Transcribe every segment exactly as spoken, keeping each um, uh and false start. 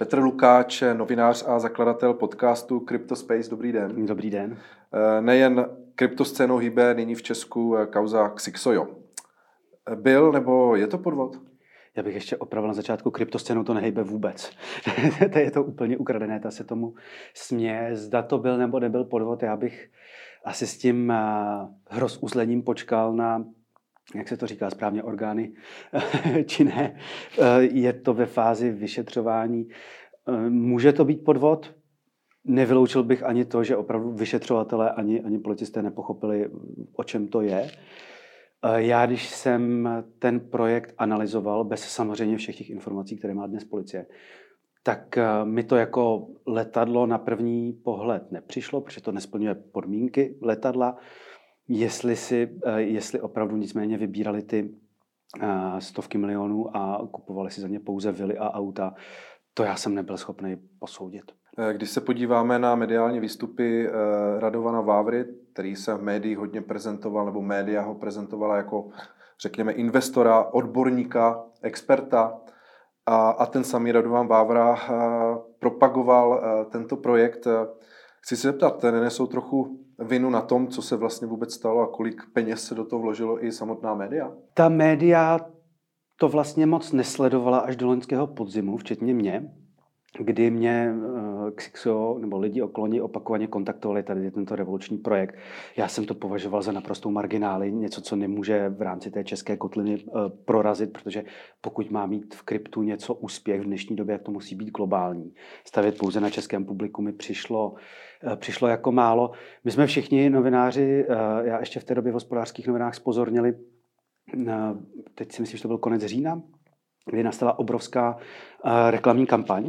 Petr Lukáč, novinář a zakladatel podcastu CryptoSpace. Dobrý den. Dobrý den. Nejen kryptoscénou hýbe nyní v Česku kauza Xixojo. Byl nebo je to podvod? Já bych ještě opravil na začátku, kryptoscénou to nehejbe vůbec. To je to úplně ukradené, ta se tomu směje. Zda to byl nebo nebyl podvod, já bych asi s tím hrozuzlením počkal na, jak se to říká správně, orgány činné. Je to ve fázi vyšetřování. Může to být podvod? Nevyloučil bych ani to, že opravdu vyšetřovatelé ani, ani policisté nepochopili, o čem to je. Já, když jsem ten projekt analyzoval, bez samozřejmě všech těch informací, které má dnes policie, tak mi to jako letadlo na první pohled nepřišlo, protože to nesplňuje podmínky letadla. Jestli, si, jestli opravdu nicméně vybírali ty stovky milionů a kupovali si za ně pouze vily a auta, to já jsem nebyl schopný posoudit. Když se podíváme na mediální výstupy Radovana Vávry, který se v médiích hodně prezentoval, nebo média ho prezentovala jako, řekněme, investora, odborníka, experta, a, a ten samý Radovan Vávra propagoval tento projekt. Chci se zeptat, nenesou trochu vinu na tom, co se vlastně vůbec stalo a kolik peněz se do toho vložilo i samotná média? Ta média to vlastně moc nesledovala až do loňského podzimu, včetně mě, kdy mě uh, Xixo nebo lidi okolo něj opakovaně kontaktovali tady tento revoluční projekt. Já jsem to považoval za naprostou margináli, něco, co nemůže v rámci té české kotliny uh, prorazit, protože pokud má mít v kryptu něco úspěch v dnešní době, to musí být globální. Stavět pouze na českém publiku mi přišlo, uh, přišlo jako málo. My jsme všichni novináři, uh, já ještě v té době v Hospodářských novinách zpozornili, uh, teď si myslím, že to byl konec října, kdy nastala obrovská uh, reklamní kampaň,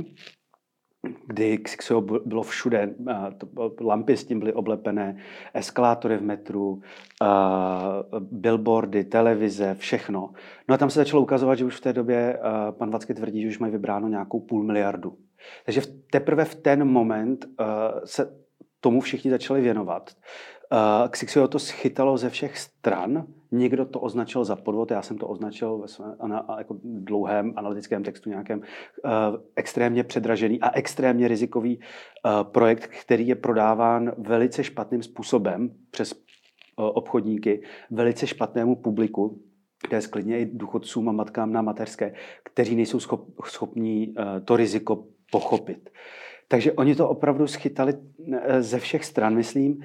kdy Xixo bylo všude, uh, to, lampy s tím byly oblepené, eskalátory v metru, uh, billboardy, televize, všechno. No a tam se začalo ukazovat, že už v té době uh, pan Vacky tvrdí, že už mají vybráno nějakou půl miliardu. Takže v, teprve v ten moment uh, se tomu všichni začali věnovat. Uh, Xixo to schytalo ze všech stran, někdo to označil za podvod, já jsem to označil ve svém ana, jako dlouhém analytickém textu nějakém uh, extrémně předražený a extrémně rizikový uh, projekt, který je prodáván velice špatným způsobem přes uh, obchodníky, velice špatnému publiku, to je sklidně i důchodcům a matkám na mateřské, kteří nejsou schop, schopní uh, to riziko pochopit. Takže oni to opravdu schytali ze všech stran, myslím.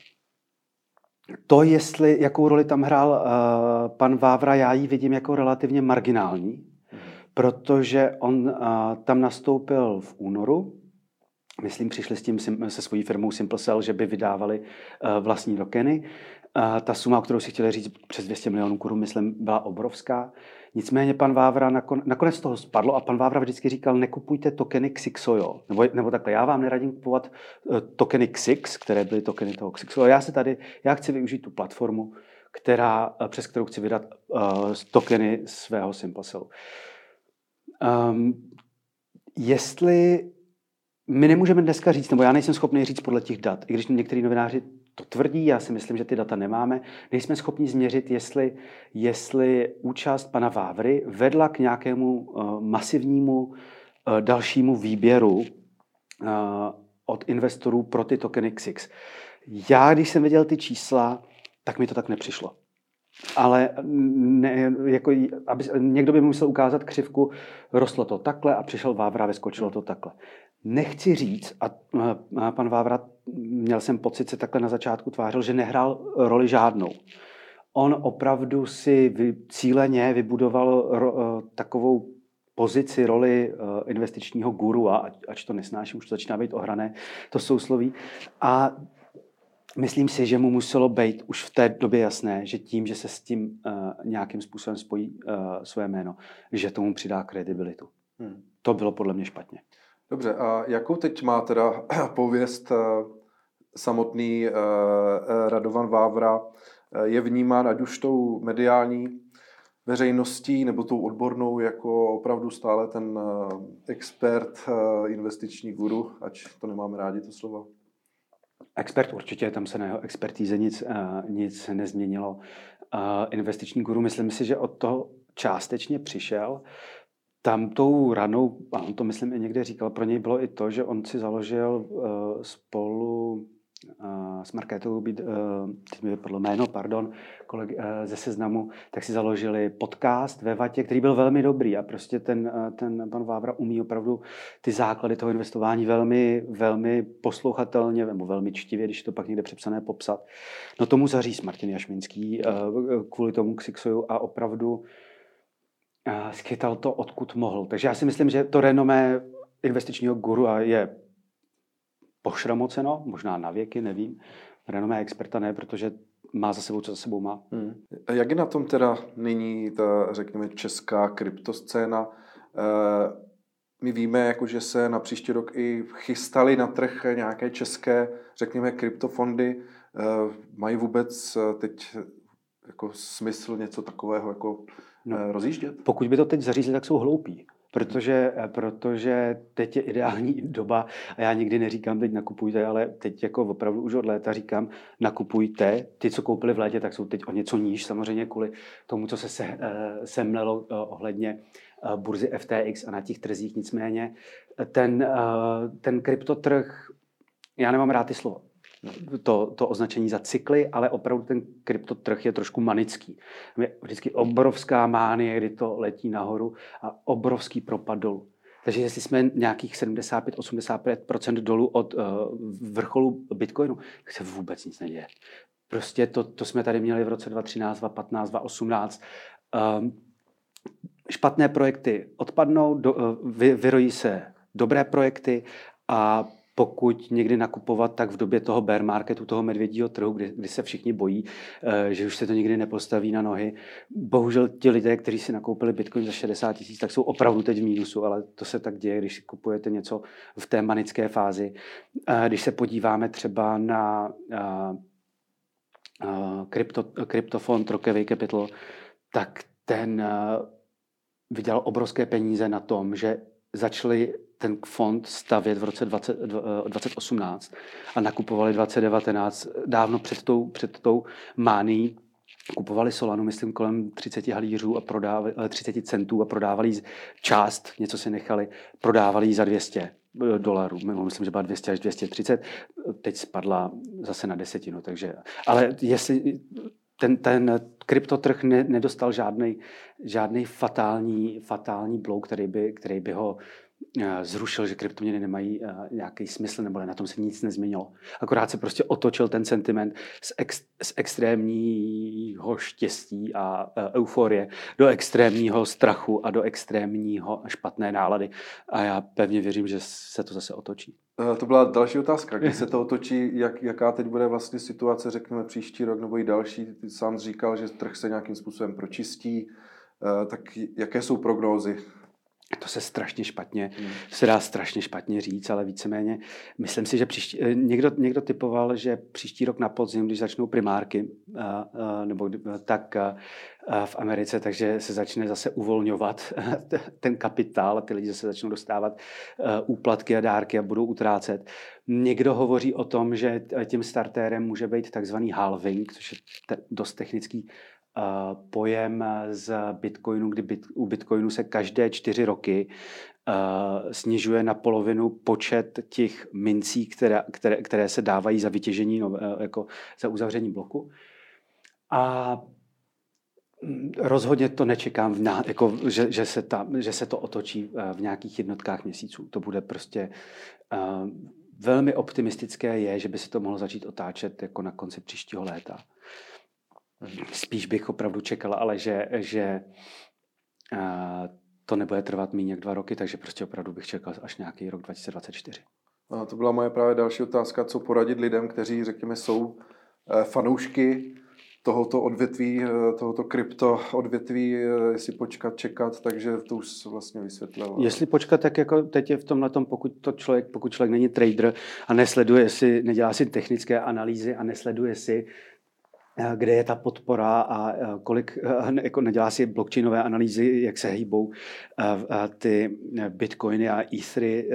To, jestli, jakou roli tam hrál uh, pan Vávra, já ji vidím jako relativně marginální, mm. protože on uh, tam nastoupil v únoru. Myslím, přišli s tím se svojí firmou SimpleCell, že by vydávali uh, vlastní tokeny. Uh, ta suma, o kterou si chtěli říct, přes dvě stě milionů korun, myslím, byla obrovská. Nicméně pan Vávra nakon, nakonec toho spadlo a pan Vávra vždycky říkal, nekupujte tokeny Xixojo. Nebo, nebo takhle, já vám neradím kupovat uh, tokeny Xix, které byly tokeny toho Xixojo. Já se tady, já chci využít tu platformu, která, uh, přes kterou chci vydat uh, tokeny svého SimpleCellu. Um, jestli my nemůžeme dneska říct, nebo já nejsem schopný říct podle těch dat, i když některý novináři to tvrdí, já si myslím, že ty data nemáme, nejsme schopni změřit, jestli, jestli účast pana Vávry vedla k nějakému uh, masivnímu uh, dalšímu výběru uh, od investorů pro ty tokeny Xix. Já, když jsem viděl ty čísla, tak mi to tak nepřišlo. Ale ne, jako, aby, někdo by musel ukázat křivku, rostlo to takhle a přišel Vávra a vyskočilo to takhle. Nechci říct, a, a pan Vávra, měl jsem pocit, se takhle na začátku tvářil, že nehrál roli žádnou. On opravdu si vy, cíleně vybudoval ro, takovou pozici, roli investičního guru, a ač to nesnáším, už to začíná být ohrané, to sousloví. A myslím si, že mu muselo být už v té době jasné, že tím, že se s tím uh, nějakým způsobem spojí uh, své jméno, že tomu přidá kredibilitu. Hmm. To bylo podle mě špatně. Dobře, a jakou teď má teda pověst uh, samotný uh, Radovan Vávra? Uh, je vnímán ať už tou mediální veřejností nebo tou odbornou jako opravdu stále ten uh, expert, uh, investiční guru, ať to nemáme rádi to slovo? Expert určitě, tam se na jeho expertíze nic, uh, nic nezměnilo. Uh, investiční guru, myslím si, že od toho částečně přišel. Tam tou ranou, a on to myslím i někde říkal, pro něj bylo i to, že on si založil uh, spolu uh, s Markétou, uh, teď mi vypadlo jméno, pardon, koleg, uh, ze Seznamu, tak si založili podcast ve Vatě, který byl velmi dobrý a prostě ten, uh, ten pan Vávra umí opravdu ty základy toho investování velmi, velmi poslouchatelně, nebo velmi čtivě, když to pak někde přepsané popsat. No tomu zaříz Martin Jašminský uh, kvůli tomu Xixoju a opravdu schytal to, odkud mohl. Takže já si myslím, že to renomé investičního guru je pošramoceno, možná na věky, nevím. Renomé experta ne, protože má za sebou, co za sebou má. Hmm. Jak je na tom teda nyní ta, řekněme, česká kryptoscéna? E, my víme, jako, že se na příští rok i chystaly na trh nějaké české, řekněme, kryptofondy. E, mají vůbec teď jako smysl něco takového jako no, rozjíždět? Pokud by to teď zařízli, tak jsou hloupí. Protože, protože teď je ideální doba a já nikdy neříkám, teď nakupujte, ale teď jako opravdu už od léta říkám, nakupujte. Ty, co koupili v létě, tak jsou teď o něco níž, samozřejmě kvůli tomu, co se, se semlelo ohledně burzy F T X a na těch trzích. Nicméně ten, ten kryptotrh, já nemám rád ty slova, To, to označení za cykly, ale opravdu ten kryptotrh je trošku manický. Je vždycky obrovská mánie, kdy to letí nahoru a obrovský propad dolů. Takže jestli jsme nějakých sedmdesát pět až osmdesát pět procent dolů od uh, vrcholu Bitcoinu, tak se vůbec nic neděje. Prostě to, to jsme tady měli v roce dva tisíce třináct, dva tisíce patnáct, dva tisíce osmnáct. Um, špatné projekty odpadnou, do, uh, vy, vyrojí se dobré projekty a pokud někdy nakupovat, tak v době toho bear marketu, toho medvědího trhu, kdy, kdy se všichni bojí, že už se to nikdy nepostaví na nohy. Bohužel ti lidé, kteří si nakoupili Bitcoin za šedesát tisíc, tak jsou opravdu teď v mínusu, ale to se tak děje, když si kupujete něco v té manické fázi. Když se podíváme třeba na krypto, kryptofond Rockaway Capital, tak ten vydělal obrovské peníze na tom, že začali ten fond stavět v roce dvacet, dvacet osmnáct a nakupovali dvacet devatenáct, dávno před tou, před tou mánií. Kupovali Solanu, myslím, kolem třicet halířů a prodávali, třicet centů a prodávali část, něco si nechali, prodávali za dvě stě dolarů. Myslím, že byla dvě stě až dvě stě třicet, teď spadla zase na desetinu. Takže, ale jestli ten, ten kryptotrh ne, nedostal žádnej, žádnej fatální, fatální blow, který by, který by ho zrušil, že kryptoměny nemají nějaký smysl, nebo na tom se nic nezměnilo. Akorát se prostě otočil ten sentiment z, ex, z extrémního štěstí a euforie do extrémního strachu a do extrémního špatné nálady. A já pevně věřím, že se to zase otočí. To byla další otázka. Když se to otočí, jak, jaká teď bude vlastně situace, řekněme příští rok nebo i další? Ty sám říkal, že trh se nějakým způsobem pročistí. Tak jaké jsou prognózy? To se strašně špatně, hmm. se dá strašně špatně říct, ale víceméně myslím si, že příští, někdo, někdo typoval, že příští rok na podzim, když začnou primárky, a, a, nebo tak a, a v Americe, takže se začne zase uvolňovat ten kapitál a ty lidi zase začnou dostávat a, úplatky a dárky a budou utrácet. Někdo hovoří o tom, že tím startérem může být takzvaný halving, což je te, dost technický Uh, pojem z Bitcoinu, kdy bit, u Bitcoinu se každé čtyři roky uh, snižuje na polovinu počet těch mincí, které, které, které se dávají za vytěžení, no, jako za uzavření bloku. A rozhodně to nečekám, v ná, jako, že, že, se ta, že se to otočí v nějakých jednotkách měsíců. To bude prostě uh, velmi optimistické je, že by se to mohlo začít otáčet jako na konci příštího léta. Spíš bych opravdu čekala, ale že, že uh, to nebude trvat méně jak dva roky, takže prostě opravdu bych čekal až nějaký rok dva tisíce dvacet čtyři. A to byla moje právě další otázka, co poradit lidem, kteří, řekněme, jsou eh, fanoušky tohoto odvětví, tohoto krypto odvětví, jestli počkat, čekat, takže to už vlastně vysvětlil. Jestli počkat, tak jako teď je v tomhletom, pokud to člověk, pokud člověk není trader a nesleduje si, nedělá si technické analýzy a nesleduje si, kde je ta podpora a kolik, jako nedělá si blockchainové analýzy, jak se hýbou ty bitcoiny a ethery, tak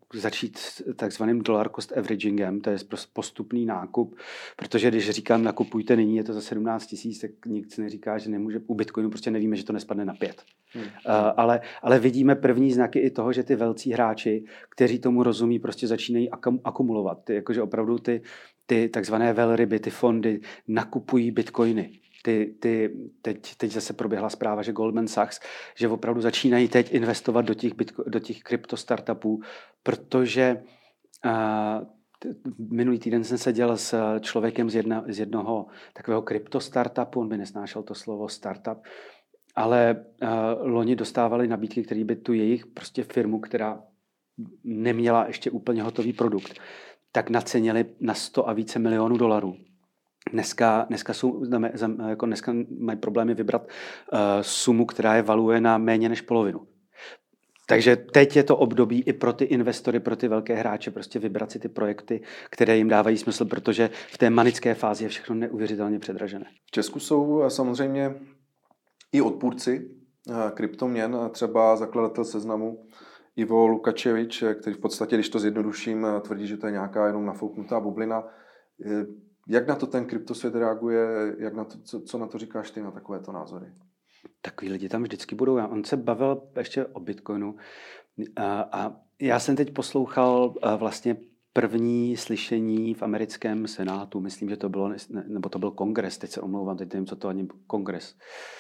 začít s takzvaným dollar cost averagingem, to je prostě postupný nákup, protože když říkám nakupujte nyní, je to za sedmnáct tisíc, tak nic neříká, že nemůže, u Bitcoinu prostě nevíme, že to nespadne na pět. Hmm. Uh, ale, ale vidíme první znaky i toho, že ty velcí hráči, kteří tomu rozumí, prostě začínají akum, akumulovat. Ty, jakože opravdu ty, ty takzvané velryby, ty fondy nakupují bitcoiny. Ty, ty, teď, teď zase proběhla zpráva, že Goldman Sachs, že opravdu začínají teď investovat do těch, bitco, do těch krypto startupů, protože uh, minulý týden jsem seděl s člověkem z, jedna, z jednoho takového krypto startupu, on by nesnášel to slovo startup, ale uh, loni dostávali nabídky, které by tu jejich prostě firmu, která neměla ještě úplně hotový produkt, tak nacenili na sto a více milionů dolarů. Dneska, dneska, jsou, jako dneska mají problémy vybrat uh, sumu, která je valuje na méně než polovinu. Takže teď je to období i pro ty investory, pro ty velké hráče, prostě vybrat si ty projekty, které jim dávají smysl, protože v té manické fázi je všechno neuvěřitelně předražené. V Česku jsou samozřejmě i odpůrci kryptoměn, třeba zakladatel Seznamu Ivo Lukačevič, který v podstatě, když to zjednoduším, tvrdí, že to je nějaká jenom nafouknutá bublina. Jak na to ten kryptosvět reaguje? Jak na to, co, co na to říkáš ty, na takovéto názory? Takový lidi tam vždycky budou. On se bavil ještě o Bitcoinu a, a já jsem teď poslouchal vlastně první slyšení v americkém senátu. Myslím, že to bylo, nebo to byl kongres, teď se omlouvám, teď nevím, co to ani kongres.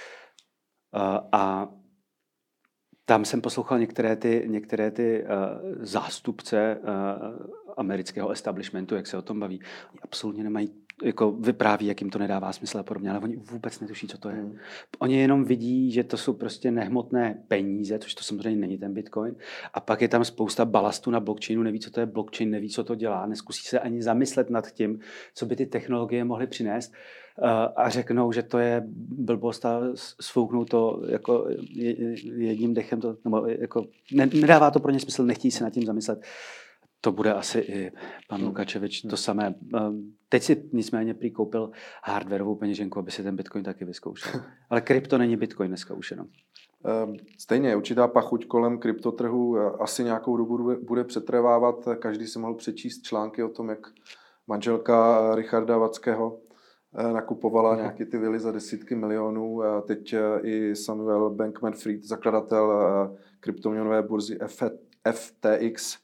A, a tam jsem poslouchal některé ty, některé ty uh, zástupce uh, amerického establishmentu, jak se o tom baví. Oni absolutně nemají, jako vypráví, jak jim to nedává smysl a podobně, ale oni vůbec netuší, co to je. Hmm. Oni jenom vidí, že to jsou prostě nehmotné peníze, což to samozřejmě není ten Bitcoin. A pak je tam spousta balastu na blockchainu, neví, co to je blockchain, neví, co to dělá, neskusí se ani zamyslet nad tím, co by ty technologie mohly přinést. A řeknou, že to je blbost a svouknou to jako jedním dechem, to, nebo jako nedává to pro ně smysl, nechtějí se nad tím zamyslet. To bude asi i pan Lukačevič to samé. Teď si nicméně prý koupil hardwarovou peněženku, aby si ten Bitcoin taky vyzkoušel. Ale krypto není Bitcoin dneska už jenom. Stejně určitá pachuť kolem kryptotrhu asi nějakou dobu bude přetrvávat. Každý si mohl přečíst články o tom, jak manželka Richarda Vackého nakupovala nějaký ty vily za desítky milionů. Teď i Samuel Bankman-Fried, zakladatel kryptoměnové burzy F T X,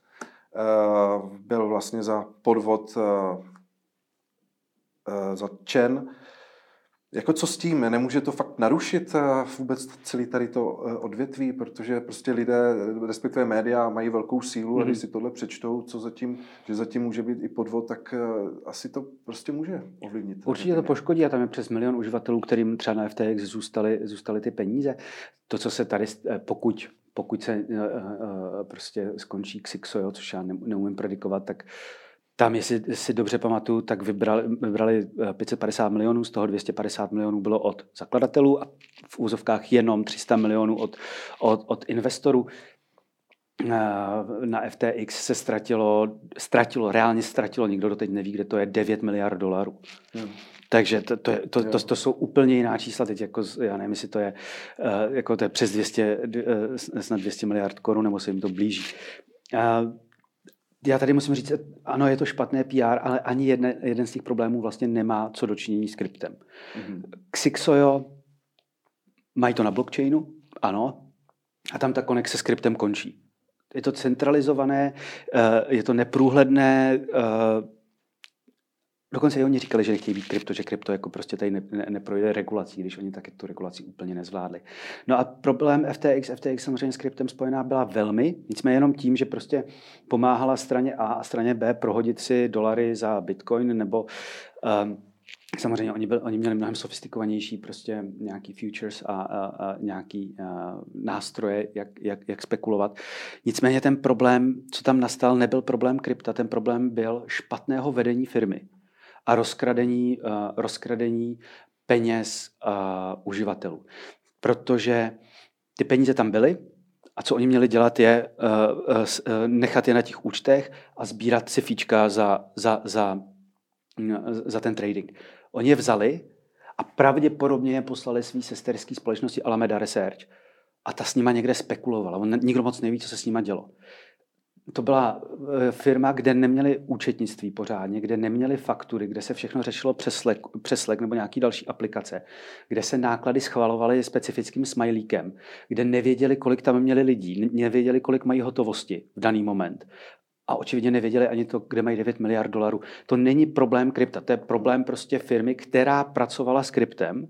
byl vlastně za podvod zatčen. Jako co s tím? Nemůže to fakt narušit vůbec celý tady to odvětví, protože prostě lidé, respektive média, mají velkou sílu a když si tohle přečtou, co zatím, že zatím může být i podvod, tak asi to prostě může ovlivnit. Určitě to poškodí a tam je přes milion uživatelů, kterým třeba na F T X zůstaly, zůstaly ty peníze. To, co se tady, pokud, pokud se prostě skončí Xixo, což já neumím predikovat, tak tam, jestli si dobře pamatuju, tak vybrali, vybrali pět set padesát milionů, z toho dvě stě padesát milionů bylo od zakladatelů a v úzovkách jenom tři sta milionů od, od, od investorů. Na F T X se ztratilo, ztratilo, reálně ztratilo, nikdo doteď neví, kde to je, devět miliard dolarů. Hmm. Takže to, to, je, to, to, to jsou úplně jiná čísla teď, jako, já nevím, jestli to je, jako to je přes dvě stě, snad dvě stě miliard korun, nebo se jim to blíží. Já tady musím říct, ano, je to špatné P R, ale ani jedne, jeden z těch problémů vlastně nemá co dočinění s kryptem. Mm-hmm. Xixojo, mají to na blockchainu, ano, a tam ta konexe s kryptem končí. Je to centralizované, je to neprůhledné, dokonce i oni říkali, že nechtějí být krypto, že krypto jako prostě tady ne, ne, neprojde regulací, když oni taky tu regulaci úplně nezvládli. No a problém F T X, F T X samozřejmě s kryptem spojená byla velmi, nicméně jenom tím, že prostě pomáhala straně A a straně B prohodit si dolary za Bitcoin, nebo um, samozřejmě oni, byl, oni měli mnohem sofistikovanější prostě nějaký futures a, a, a nějaký a, nástroje, jak, jak, jak spekulovat. Nicméně ten problém, co tam nastal, nebyl problém krypta, ten problém byl špatného vedení firmy a rozkradení, uh, rozkradení peněz uh, uživatelů. Protože ty peníze tam byly a co oni měli dělat je uh, uh, nechat je na těch účtech a sbírat si fíčka za, za, za, uh, za ten trading. Oni je vzali a pravděpodobně je poslali svý sesterský společnosti Alameda Research a ta s nima někde spekulovala. On, nikdo moc neví, co se s nima dělo. to byla firma, kde neměli účetnictví pořádně, kde neměli faktury, kde se všechno řešilo přes Slack, přes Slack nebo nějaký další aplikace, kde se náklady schvalovaly specifickým smajlíkem, kde nevěděli, kolik tam měli lidí, nevěděli, kolik mají hotovosti v daný moment. A očividně nevěděli ani to, kde mají devět miliard dolarů. To není problém krypta, to je problém prostě firmy, která pracovala s kryptem,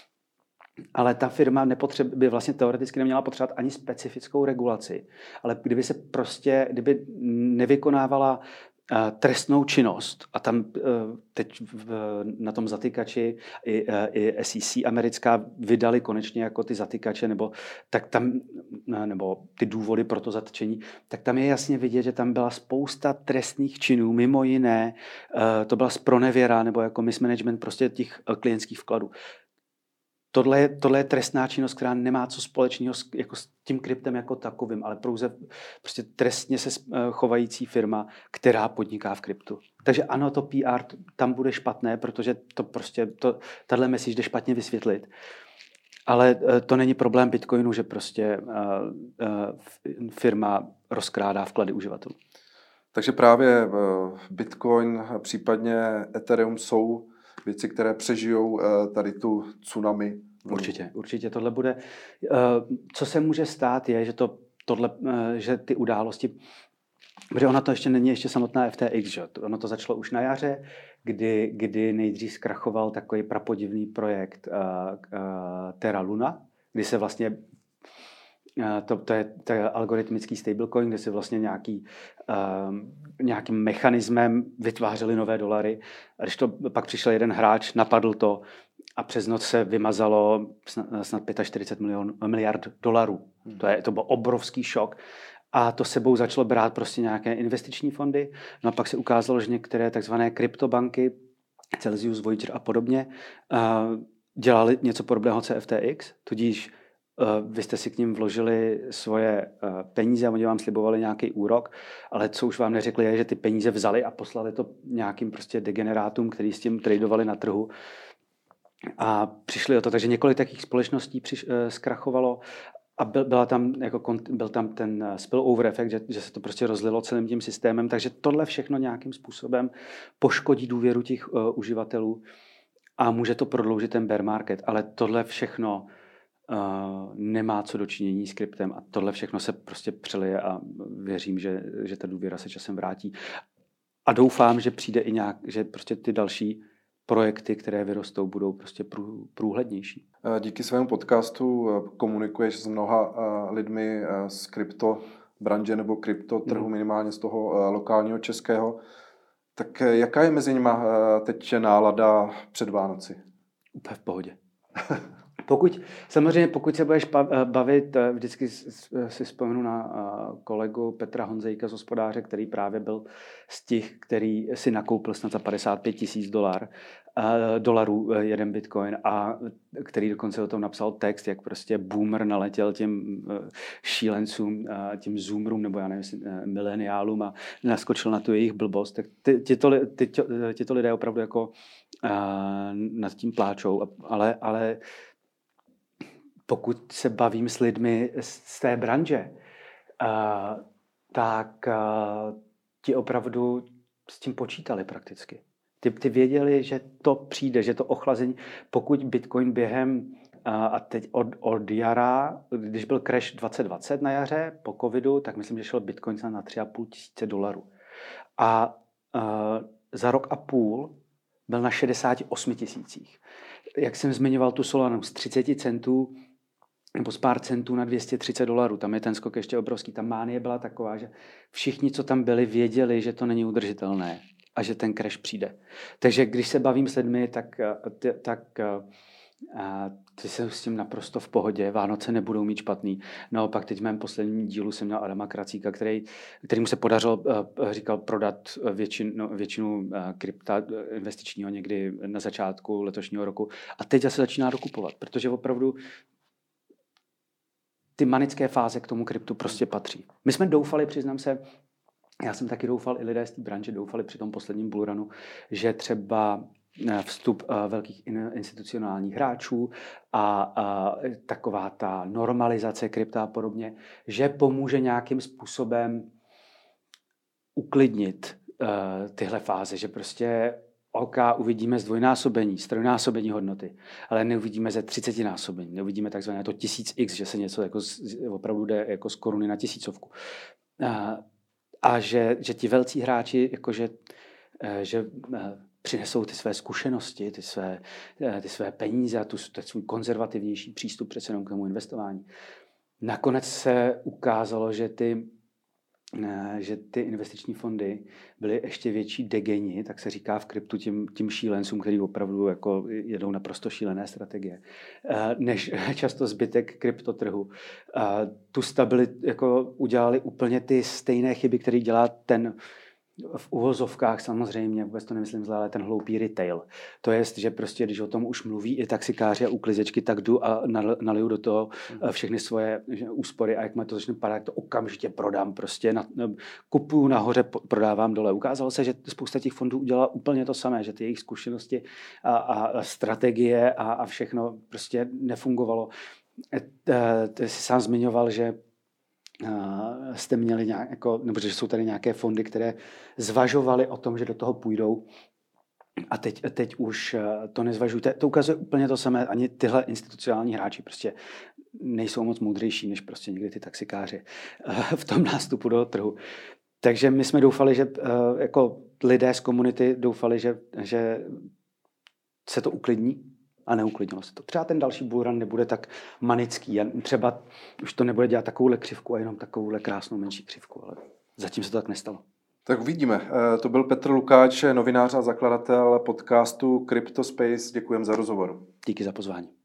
ale ta firma nepotřeb, by vlastně teoreticky neměla potřebovat ani specifickou regulaci. Ale kdyby se prostě, kdyby nevykonávala uh, trestnou činnost a tam uh, teď v, na tom zatykači i, uh, i S E C americká vydali konečně jako ty zatykače nebo, tak tam, nebo ty důvody pro to zatčení, tak tam je jasně vidět, že tam byla spousta trestných činů, mimo jiné uh, to byla zpronevěra nebo jako mismanagement prostě těch uh, klientských vkladů. Tohle je, tohle je trestná činnost, která nemá co společného s, jako s tím kryptem jako takovým, ale pouze prostě trestně se chovající firma, která podniká v kryptu. Takže ano, to P R tam bude špatné, protože to prostě, to, tahle message jde špatně vysvětlit. Ale to není problém Bitcoinu, že prostě uh, uh, firma rozkrádá vklady uživatelů. Takže právě Bitcoin, případně Ethereum jsou věci, které přežijou tady tu tsunami. Určitě, určitě tohle bude. Co se může stát je, že, to, tohle, že ty události, protože ona to ještě není ještě samotná F T X, že? Ono to začalo už na jaře, kdy, kdy nejdřív zkrachoval takový prapodivný projekt uh, uh, Terra Luna, kdy se vlastně To, to, je, to je algoritmický stablecoin, kde si vlastně nějaký, um, nějakým mechanismem vytvářeli nové dolary. A když to pak přišel jeden hráč, napadl to a přes noc se vymazalo snad, snad čtyřicet pět milion, miliard dolarů. Hmm. To, je, to byl obrovský šok. A to sebou začalo brát prostě nějaké investiční fondy. No a pak se ukázalo, že některé takzvané kryptobanky, Celsius, Voyager a podobně, uh, dělali něco podobného C F T X, tudíž Uh, vy jste si k ním vložili svoje uh, peníze a oni vám slibovali nějaký úrok, ale co už vám neřekli je, že ty peníze vzali a poslali to nějakým prostě degenerátům, kteří s tím tradovali na trhu a přišli o to. Takže několik takových společností přiš, uh, zkrachovalo a byl, byla tam, jako, byl tam ten spillover efekt, že, že se to prostě rozlilo celým tím systémem, takže tohle všechno nějakým způsobem poškodí důvěru těch uh, uživatelů a může to prodloužit ten bear market, ale tohle všechno Uh, nemá co dočinění s kryptem a tohle všechno se prostě přelije a věřím, že, že ta důvěra se časem vrátí. A doufám, že přijde i nějak, že prostě ty další projekty, které vyrostou, budou prostě prů, průhlednější. Díky svému podcastu komunikuješ s mnoha lidmi z krypto branže nebo krypto trhu, minimálně z toho lokálního českého. Tak jaká je mezi nimi teď nálada před Vánoci? Úplně v pohodě. Pokud, samozřejmě, pokud se budeš bavit, vždycky si vzpomenu na kolegu Petra Honzejka z Hospodáře, který právě byl z těch, který si nakoupil snad za padesát pět tisíc dolar, dolarů jeden bitcoin a který dokonce o tom napsal text, jak prostě boomer naletěl těm šílencům, těm zoomerům nebo já nevím, mileniálům a naskočil na tu jejich blbost. Tak ty, tyto, tyto, tyto lidé opravdu jako nad tím pláčou, ale, ale pokud se bavím s lidmi z té branže, uh, tak uh, ti opravdu s tím počítali prakticky. Ty, ty věděli, že to přijde, že to ochlazení, pokud Bitcoin během, uh, a teď od, od jara, když byl crash dvacet dvacet na jaře po covidu, tak myslím, že šel Bitcoin na tři a půl tisíce dolarů. A uh, za rok a půl byl na šedesáti osmi tisících. Jak jsem zmiňoval tu Solanu, z třicet centů nebo z pár centů na dvě stě třicet dolarů. Tam je ten skok ještě obrovský. Ta mánie byla taková, že všichni, co tam byli, věděli, že to není udržitelné a že ten crash přijde. Takže když se bavím s lidmi, tak, tak a ty jsem s tím naprosto v pohodě. Vánoce nebudou mít špatný. Naopak teď v mém posledním dílu jsem měl Adama Kracíka, který, kterýmu se podařilo, říkal, prodat většinu, většinu krypta investičního někdy na začátku letošního roku. A teď zase začíná dokupovat, protože opravdu ty manické fáze k tomu kryptu prostě patří. My jsme doufali, přiznám se, já jsem taky doufal, i lidé z té branže doufali při tom posledním bullrunu, že třeba vstup velkých institucionálních hráčů a, a taková ta normalizace krypta a podobně, že pomůže nějakým způsobem uklidnit uh, tyhle fáze, že prostě OK, uvidíme zdvojnásobení, strojnásobení hodnoty, ale neuvidíme ze třicetinásobení, neuvidíme takzvané to tisíc x, že se něco jako z, opravdu jde jako z koruny na tisícovku. A, a že, že ti velcí hráči jakože, že přinesou ty své zkušenosti, ty své, ty své peníze a tu, ten svůj konzervativnější přístup přece jenom k tomu investování. Nakonec se ukázalo, že ty že ty investiční fondy byly ještě větší degeni, tak se říká v kryptu tím, tím šílencům, který opravdu jako jedou naprosto šílené strategie, než často zbytek kryptotrhu. Tu stabilitu jako udělali úplně ty stejné chyby, které dělá ten v uvozovkách samozřejmě, vůbec to nemyslím zle, ale ten hloupý retail. To je, že prostě, když o tom už mluví i taxikáři a uklizečky, tak jdu a naliju do toho všechny svoje úspory a jak mě to začne padat, tak to okamžitě prodám. Prostě na, kupuju nahoře, prodávám dole. Ukázalo se, že spousta těch fondů udělala úplně to samé, že ty jejich zkušenosti a, a strategie a, a všechno prostě nefungovalo. Ty jsi sám zmiňoval, že Uh, jste měli nějak, jako, nebo že jsou tady nějaké fondy, které zvažovaly o tom, že do toho půjdou a teď, teď už uh, to nezvažují. To ukazuje úplně to samé. Ani tyhle institucionální hráči prostě nejsou moc moudřejší než prostě někdy ty taxikáři uh, v tom nástupu do trhu. Takže my jsme doufali, že uh, jako lidé z komunity doufali, že, že se to uklidní. A neuklidnilo se to. Třeba ten další bullrun nebude tak manický a třeba už to nebude dělat takovouhle křivku a jenom takovouhle krásnou menší křivku, ale zatím se to tak nestalo. Tak uvidíme. To byl Petr Lukáč, novinář a zakladatel podcastu CryptoSpace. Děkujem za rozhovor. Díky za pozvání.